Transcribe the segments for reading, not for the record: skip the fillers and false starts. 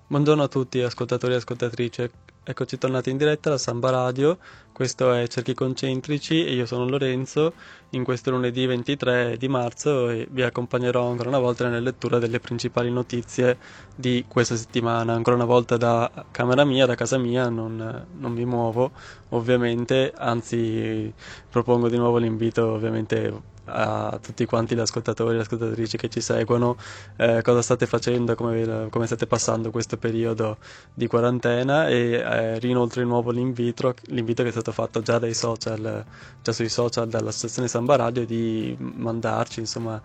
Buongiorno a tutti ascoltatori e ascoltatrici, eccoci tornati in diretta alla Samba Radio, questo è Cerchi Concentrici e io sono Lorenzo, in questo lunedì 23 di marzo e vi accompagnerò ancora una volta nella lettura delle principali notizie di questa settimana, ancora una volta da camera mia, da casa mia, non mi muovo ovviamente, anzi propongo di nuovo l'invito ovviamente a tutti quanti gli ascoltatori e le ascoltatrici che ci seguono, cosa state facendo, come state passando questo periodo di quarantena e rinoltre di nuovo l'invito che è stato fatto già dai social, già sui social dall'associazione Samba Radio di mandarci insomma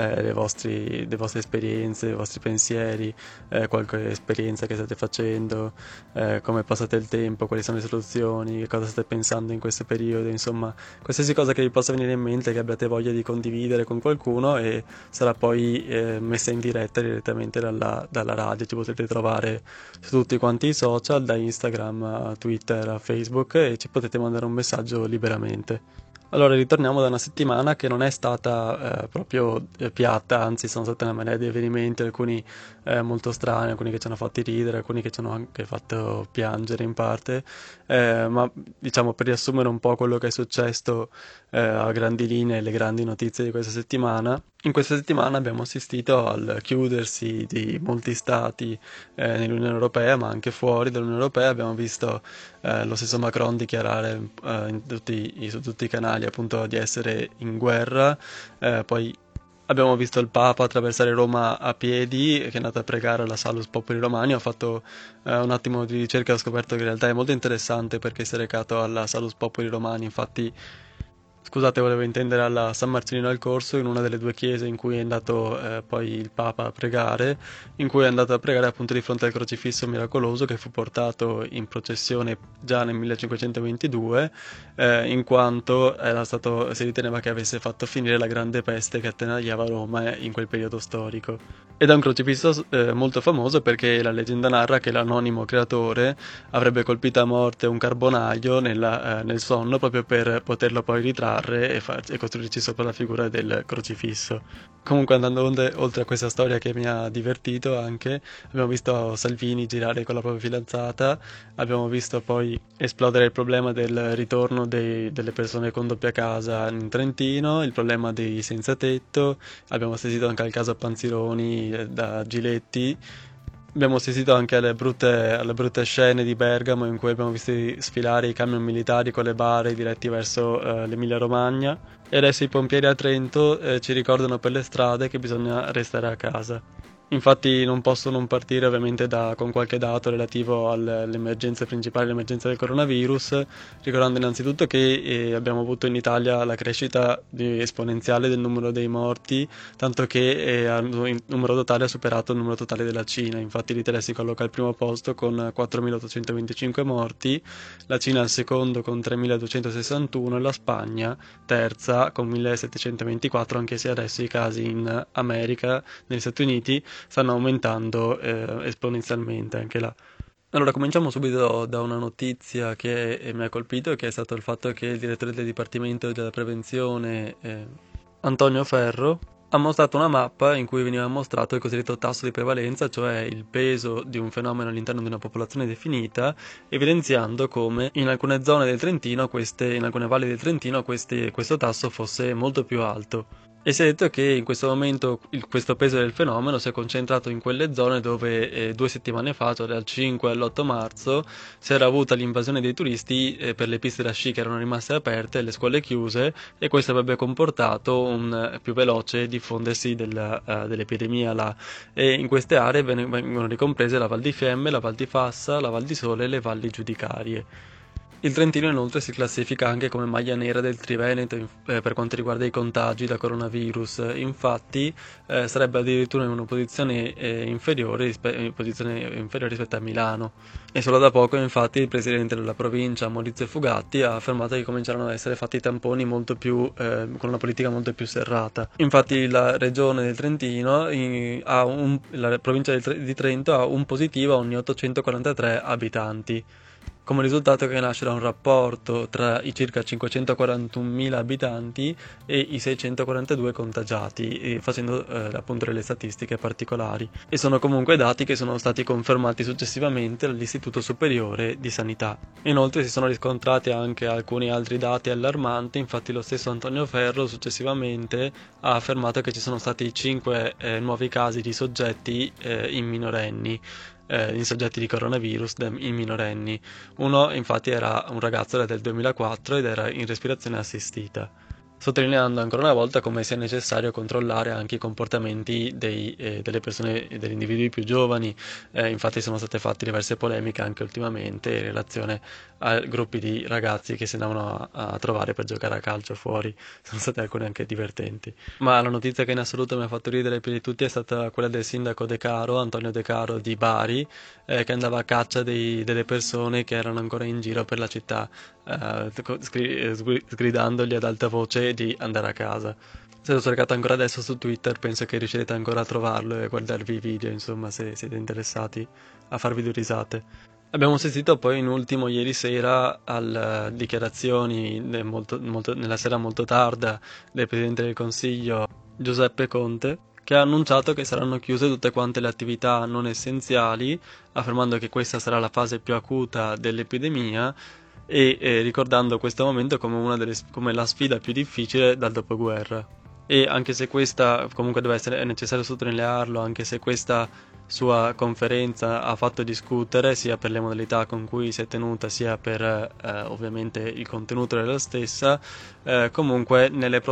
le vostre esperienze, i vostri pensieri, qualche esperienza che state facendo, come passate il tempo, quali sono le soluzioni, che cosa state pensando in questo periodo, insomma qualsiasi cosa che vi possa venire in mente, che abbiate voglia di condividere con qualcuno e sarà poi messa in diretta direttamente dalla radio. Ci potete trovare su tutti quanti i social, da Instagram a Twitter a Facebook, e ci potete mandare un messaggio liberamente. Allora, ritorniamo da una settimana che non è stata proprio piatta, anzi sono state una marea di avvenimenti, alcuni molto strani, alcuni che ci hanno fatti ridere, alcuni che ci hanno anche fatto piangere in parte, ma diciamo per riassumere un po' quello che è successo a grandi linee, le grandi notizie di questa settimana. In questa settimana abbiamo assistito al chiudersi di molti stati nell'Unione Europea, ma anche fuori dall'Unione Europea. Abbiamo visto lo stesso Macron dichiarare su tutti i canali appunto di essere in guerra, poi abbiamo visto il Papa attraversare Roma a piedi, che è andato a pregare alla Salus Populi Romani. Ho fatto un attimo di ricerca e ho scoperto che in realtà è molto interessante perché si è recato alla Salus Populi Romani, infatti. Scusate, volevo intendere alla San Marcelino al Corso, in una delle due chiese in cui è andato poi il Papa a pregare, in cui è andato a pregare appunto di fronte al crocifisso miracoloso che fu portato in processione già nel 1522, in quanto si riteneva che avesse fatto finire la grande peste che attanagliava Roma in quel periodo storico. Ed è un crocifisso molto famoso perché la leggenda narra che l'anonimo creatore avrebbe colpito a morte un carbonaio nel sonno proprio per poterlo poi ritrarre e costruirci sopra la figura del crocifisso. Comunque andando oltre a questa storia che mi ha divertito anche, abbiamo visto Salvini girare con la propria fidanzata, abbiamo visto poi esplodere il problema del ritorno delle persone con doppia casa in Trentino, il problema dei senza tetto, abbiamo assistito anche al caso Panzironi da Giletti. Abbiamo assistito anche alle brutte scene di Bergamo in cui abbiamo visto sfilare i camion militari con le bare diretti verso l'Emilia Romagna, e adesso i pompieri a Trento ci ricordano per le strade che bisogna restare a casa. Infatti non posso non partire ovviamente con qualche dato relativo alle emergenze principali, l'emergenza del coronavirus, ricordando innanzitutto che abbiamo avuto in Italia la crescita esponenziale del numero dei morti, tanto che il numero totale ha superato il numero totale della Cina. Infatti l'Italia si colloca al primo posto con 4.825 morti, la Cina al secondo con 3.261 e la Spagna terza con 1.724, anche se adesso i casi in America, negli Stati Uniti, stanno aumentando esponenzialmente anche là. Allora, cominciamo subito da una notizia che mi ha colpito, che è stato il fatto che il direttore del Dipartimento della Prevenzione, Antonio Ferro, ha mostrato una mappa in cui veniva mostrato il cosiddetto tasso di prevalenza, cioè il peso di un fenomeno all'interno di una popolazione definita, evidenziando come in alcune zone del Trentino, in alcune valli del Trentino, questo tasso fosse molto più alto. E si è detto che in questo momento questo peso del fenomeno si è concentrato in quelle zone dove 2 settimane fa, cioè dal 5 all'8 marzo, si era avuta l'invasione dei turisti per le piste da sci che erano rimaste aperte, le scuole chiuse, e questo avrebbe comportato un più veloce diffondersi dell'epidemia là. E in queste aree vengono ricomprese la Val di Fiemme, la Val di Fassa, la Val di Sole e le valli giudicarie. Il Trentino inoltre si classifica anche come maglia nera del Triveneto per quanto riguarda i contagi da coronavirus, infatti sarebbe addirittura in una posizione inferiore rispetto a Milano. E solo da poco infatti il presidente della provincia, Maurizio Fugatti, ha affermato che cominciarono ad essere fatti tamponi con una politica molto più serrata. Infatti la regione del Trentino, la provincia di Trento ha un positivo a ogni 843 abitanti. come risultato che nascerà un rapporto tra i circa 541.000 abitanti e i 642 contagiati, facendo appunto delle statistiche particolari. E sono comunque dati che sono stati confermati successivamente dall'Istituto Superiore di Sanità. Inoltre si sono riscontrati anche alcuni altri dati allarmanti, infatti lo stesso Antonio Ferro successivamente ha affermato che ci sono stati 5 nuovi casi di soggetti in minorenni. In soggetti di coronavirus in minorenni. Uno infatti era un ragazzo, era del 2004 ed era in respirazione assistita, sottolineando ancora una volta come sia necessario controllare anche i comportamenti delle persone, degli individui più giovani. Infatti sono state fatte diverse polemiche anche ultimamente in relazione a gruppi di ragazzi che si andavano a trovare per giocare a calcio fuori. Sono state alcune anche divertenti. Ma la notizia che in assoluto mi ha fatto ridere più di tutti è stata quella del sindaco De Caro, Antonio De Caro di Bari, che andava a caccia delle persone che erano ancora in giro per la città, sgridandogli ad alta voce di andare a casa. Se lo cercate ancora adesso su Twitter, penso che riuscirete ancora a trovarlo e a guardarvi i video, insomma, se siete interessati a farvi due risate. Abbiamo assistito poi in ultimo ieri sera alle dichiarazioni nella sera molto tarda del Presidente del Consiglio Giuseppe Conte, che ha annunciato che saranno chiuse tutte quante le attività non essenziali, affermando che questa sarà la fase più acuta dell'epidemia e ricordando questo momento come la sfida più difficile dal dopoguerra. E anche se questa, comunque è necessario sottolinearlo, anche se questa sua conferenza ha fatto discutere sia per le modalità con cui si è tenuta sia per ovviamente il contenuto della stessa, comunque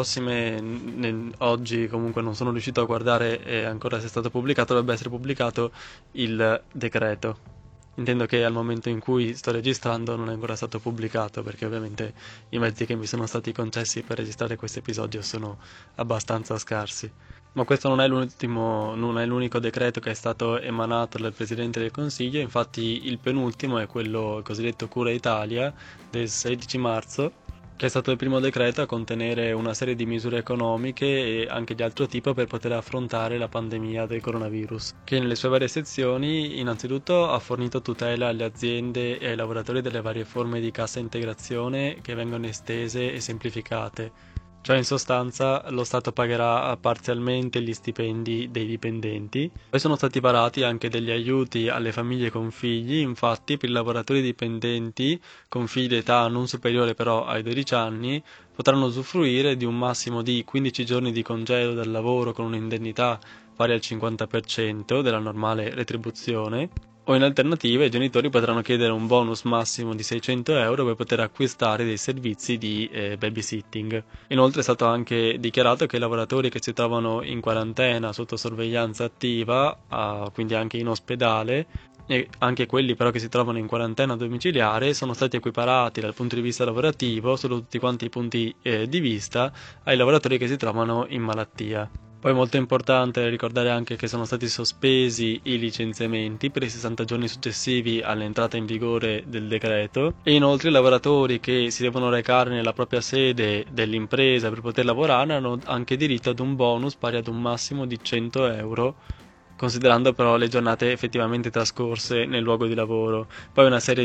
oggi comunque non sono riuscito a guardare ancora se è stato pubblicato, dovrebbe essere pubblicato il decreto. Intendo che al momento in cui sto registrando non è ancora stato pubblicato, perché ovviamente i mezzi che mi sono stati concessi per registrare questo episodio sono abbastanza scarsi. Ma questo non è l'unico decreto che è stato emanato dal Presidente del Consiglio, infatti il penultimo è quello cosiddetto Cura Italia del 16 marzo, che è stato il primo decreto a contenere una serie di misure economiche e anche di altro tipo per poter affrontare la pandemia del coronavirus, che nelle sue varie sezioni innanzitutto ha fornito tutela alle aziende e ai lavoratori delle varie forme di cassa integrazione che vengono estese e semplificate. Cioè, in sostanza, lo Stato pagherà parzialmente gli stipendi dei dipendenti. Poi sono stati varati anche degli aiuti alle famiglie con figli, infatti per i lavoratori dipendenti con figli d'età non superiore però ai 12 anni potranno usufruire di un massimo di 15 giorni di congedo dal lavoro con un'indennità pari al 50% della normale retribuzione. O in alternativa i genitori potranno chiedere un bonus massimo di 600 euro per poter acquistare dei servizi di babysitting. Inoltre è stato anche dichiarato che i lavoratori che si trovano in quarantena sotto sorveglianza attiva, quindi anche in ospedale, e anche quelli però che si trovano in quarantena domiciliare, sono stati equiparati dal punto di vista lavorativo, su tutti quanti i punti di vista, ai lavoratori che si trovano in malattia. Poi molto importante ricordare anche che sono stati sospesi i licenziamenti per i 60 giorni successivi all'entrata in vigore del decreto e inoltre i lavoratori che si devono recare nella propria sede dell'impresa per poter lavorare hanno anche diritto ad un bonus pari ad un massimo di 100 euro, considerando però le giornate effettivamente trascorse nel luogo di lavoro. Poi una serie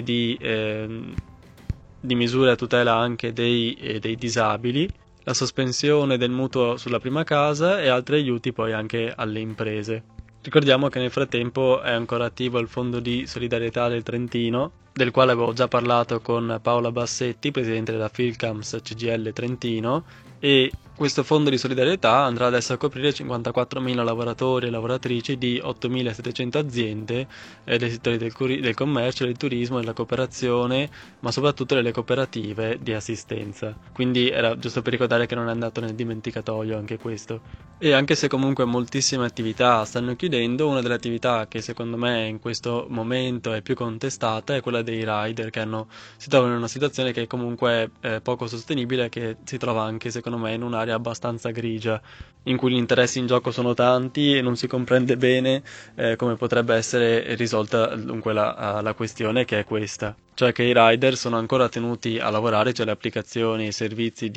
di misure a tutela anche dei disabili, la sospensione del mutuo sulla prima casa e altri aiuti poi anche alle imprese. Ricordiamo che nel frattempo è ancora attivo il Fondo di Solidarietà del Trentino, del quale avevo già parlato con Paola Bassetti, presidente della Filcams CGIL Trentino, e questo fondo di solidarietà andrà adesso a coprire 54.000 lavoratori e lavoratrici di 8.700 aziende dei settori del commercio, del turismo, della cooperazione, ma soprattutto delle cooperative di assistenza. Quindi era giusto per ricordare che non è andato nel dimenticatoio anche questo. E anche se comunque moltissime attività stanno chiudendo, una delle attività che secondo me in questo momento è più contestata è quella dei rider si trovano in una situazione che è comunque poco sostenibile, che si trova anche secondo me in un'area abbastanza grigia, in cui gli interessi in gioco sono tanti e non si comprende bene come potrebbe essere risolta dunque la questione, che è questa. Cioè che i rider sono ancora tenuti a lavorare, cioè le applicazioni e i servizi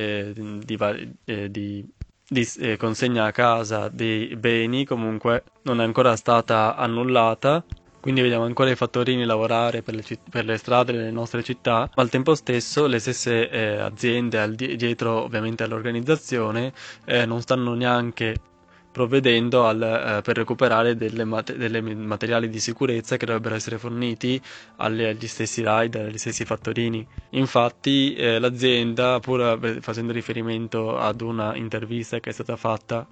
di consegna a casa dei beni comunque non è ancora stata annullata, Quindi vediamo ancora i fattorini lavorare per le strade delle nostre città, ma al tempo stesso le stesse aziende dietro ovviamente all'organizzazione non stanno neanche provvedendo per recuperare delle materiali di sicurezza che dovrebbero essere forniti agli stessi rider, agli stessi fattorini. Infatti l'azienda, facendo riferimento ad una intervista che è stata fatta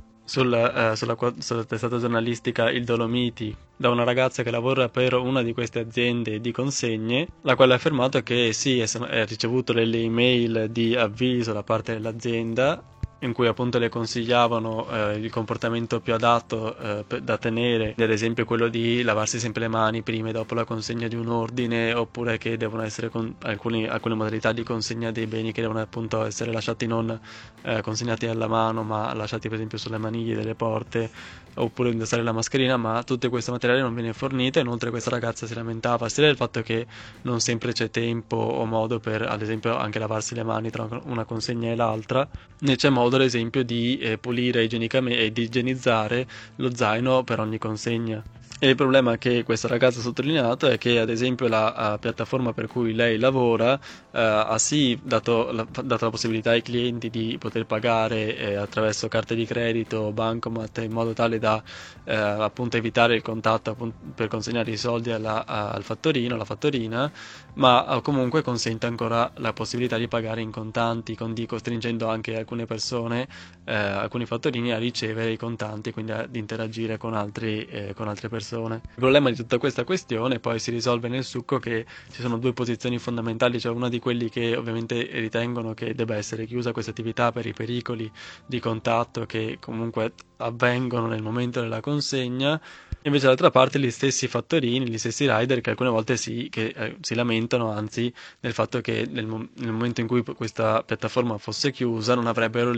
sulla testata giornalistica Il Dolomiti da una ragazza che lavora per una di queste aziende di consegne, la quale ha affermato che sì, ha ricevuto delle email di avviso da parte dell'azienda in cui appunto le consigliavano il comportamento più adatto da tenere, ad esempio quello di lavarsi sempre le mani prima e dopo la consegna di un ordine, oppure che devono essere alcune modalità di consegna dei beni che devono appunto essere lasciati non consegnati alla mano, ma lasciati per esempio sulle maniglie delle porte, oppure indossare la mascherina, ma tutte queste materiali non viene fornite. Inoltre questa ragazza si lamentava sia del fatto che non sempre c'è tempo o modo per, ad esempio, anche lavarsi le mani tra una consegna e l'altra, né c'è modo, ad esempio, di pulire igienicamente e di igienizzare lo zaino per ogni consegna. E il problema che questa ragazza ha sottolineato è che, ad esempio, la piattaforma per cui lei lavora ha sì dato la possibilità ai clienti di poter pagare attraverso carte di credito o bancomat in modo tale da appunto evitare il contatto per consegnare i soldi al fattorino, alla fattorina, ma comunque consente ancora la possibilità di pagare in contanti, costringendo anche alcune persone, alcuni fattorini a ricevere i contanti, quindi ad interagire con altre persone. Il problema di tutta questa questione poi si risolve nel succo che ci sono due posizioni fondamentali, cioè una di quelli che ovviamente ritengono che debba essere chiusa questa attività per i pericoli di contatto che comunque avvengono nel momento della consegna. Invece dall'altra parte gli stessi fattorini, gli stessi rider che alcune volte si lamentano anzi del fatto che nel momento in cui questa piattaforma fosse chiusa non avrebbero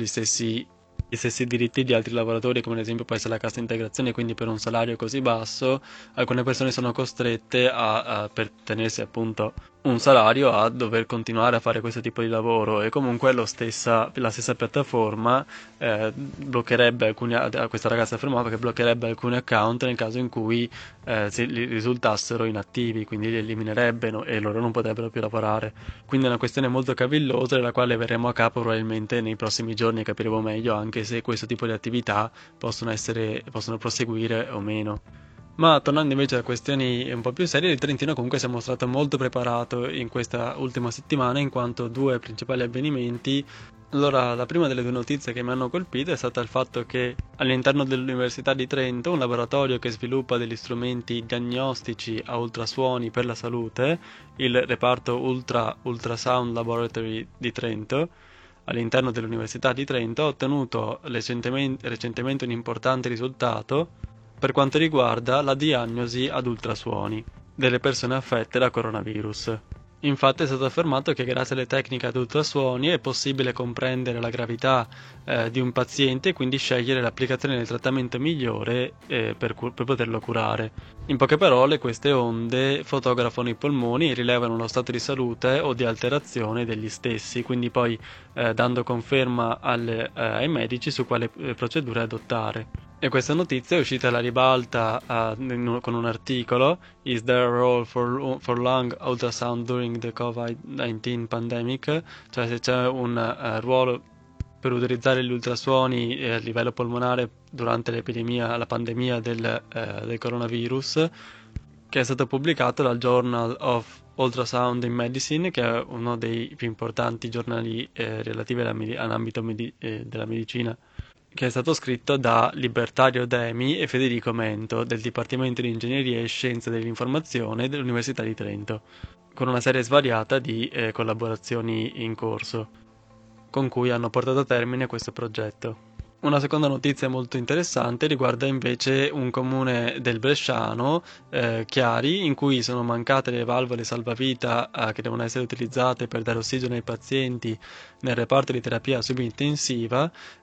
gli stessi diritti di altri lavoratori, come ad esempio può essere la cassa integrazione, quindi per un salario così basso alcune persone sono costrette per tenersi appunto un salario a dover continuare a fare questo tipo di lavoro, e comunque la stessa piattaforma bloccherebbe questa ragazza affermava che bloccherebbe alcuni account nel caso in cui li risultassero inattivi, quindi li eliminerebbe e loro non potrebbero più lavorare. Quindi è una questione molto cavillosa della quale verremo a capo probabilmente nei prossimi giorni, capiremo meglio anche se questo tipo di attività possono proseguire o meno. Ma tornando invece a questioni un po' più serie, il Trentino comunque si è mostrato molto preparato in questa ultima settimana, in quanto due principali avvenimenti. Allora, la prima delle due notizie che mi hanno colpito è stata il fatto che all'interno dell'Università di Trento, un laboratorio che sviluppa degli strumenti diagnostici a ultrasuoni per la salute, il reparto Ultrasound Laboratory di Trento, all'interno dell'Università di Trento, ha ottenuto recentemente un importante risultato per quanto riguarda la diagnosi ad ultrasuoni delle persone affette da coronavirus. Infatti è stato affermato che grazie alle tecniche ad ultrasuoni è possibile comprendere la gravità di un paziente e quindi scegliere l'applicazione del trattamento migliore per poterlo curare. In poche parole, queste onde fotografano i polmoni e rilevano lo stato di salute o di alterazione degli stessi, quindi poi dando conferma ai medici su quale procedure adottare. E questa notizia è uscita alla ribalta con un articolo Is there a role for lung ultrasound during the COVID-19 pandemic? Cioè se c'è un ruolo per utilizzare gli ultrasuoni a livello polmonare durante la pandemia del coronavirus, che è stato pubblicato dal Journal of Ultrasound in Medicine, che è uno dei più importanti giornali relativi all'ambito della medicina, che è stato scritto da Libertario Demi e Federico Mento del Dipartimento di Ingegneria e Scienze dell'Informazione dell'Università di Trento, con una serie svariata di collaborazioni in corso, con cui hanno portato a termine questo progetto. Una seconda notizia molto interessante riguarda invece un comune del Bresciano, Chiari, in cui sono mancate le valvole salvavita che devono essere utilizzate per dare ossigeno ai pazienti nel reparto di terapia subintensiva,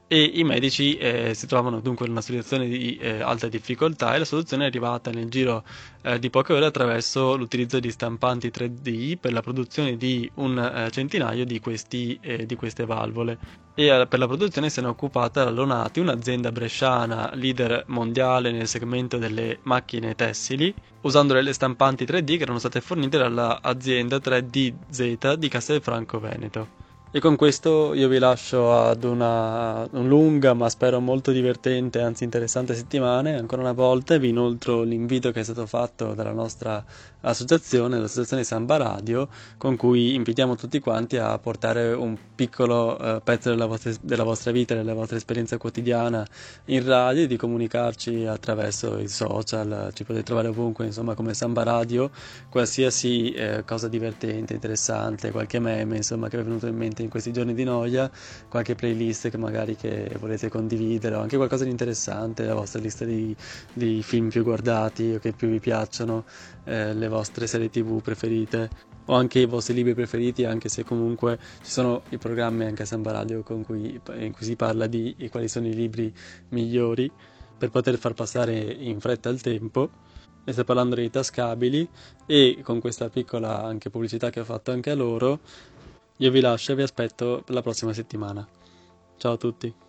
e i medici si trovavano dunque in una situazione di alta difficoltà e la soluzione è arrivata nel giro di poche ore attraverso l'utilizzo di stampanti 3D per la produzione di un centinaio di queste valvole. E per la produzione se ne è occupata la Lonati, un'azienda bresciana leader mondiale nel segmento delle macchine tessili, usando delle stampanti 3D che erano state fornite dall'azienda 3DZ di Castelfranco Veneto. E con questo io vi lascio ad una lunga ma spero molto divertente, anzi interessante settimana. Ancora una volta vi inoltro l'invito che è stato fatto dalla nostra associazione, l'associazione Samba Radio, con cui invitiamo tutti quanti a portare un piccolo pezzo della vostra vita, della vostra esperienza quotidiana in radio e di comunicarci attraverso i social. Ci potete trovare ovunque, insomma, come Samba Radio, qualsiasi cosa divertente, interessante, qualche meme, insomma, che vi è venuto in mente in questi giorni di noia, qualche playlist che magari che volete condividere o anche qualcosa di interessante, la vostra lista di film più guardati o che più vi piacciono, le vostre serie TV preferite o anche i vostri libri preferiti, anche se comunque ci sono i programmi anche a Samba Radio in cui si parla di quali sono i libri migliori per poter far passare in fretta il tempo. E sto parlando dei tascabili e con questa piccola anche pubblicità che ho fatto anche a loro, io vi lascio e vi aspetto per la prossima settimana. Ciao a tutti.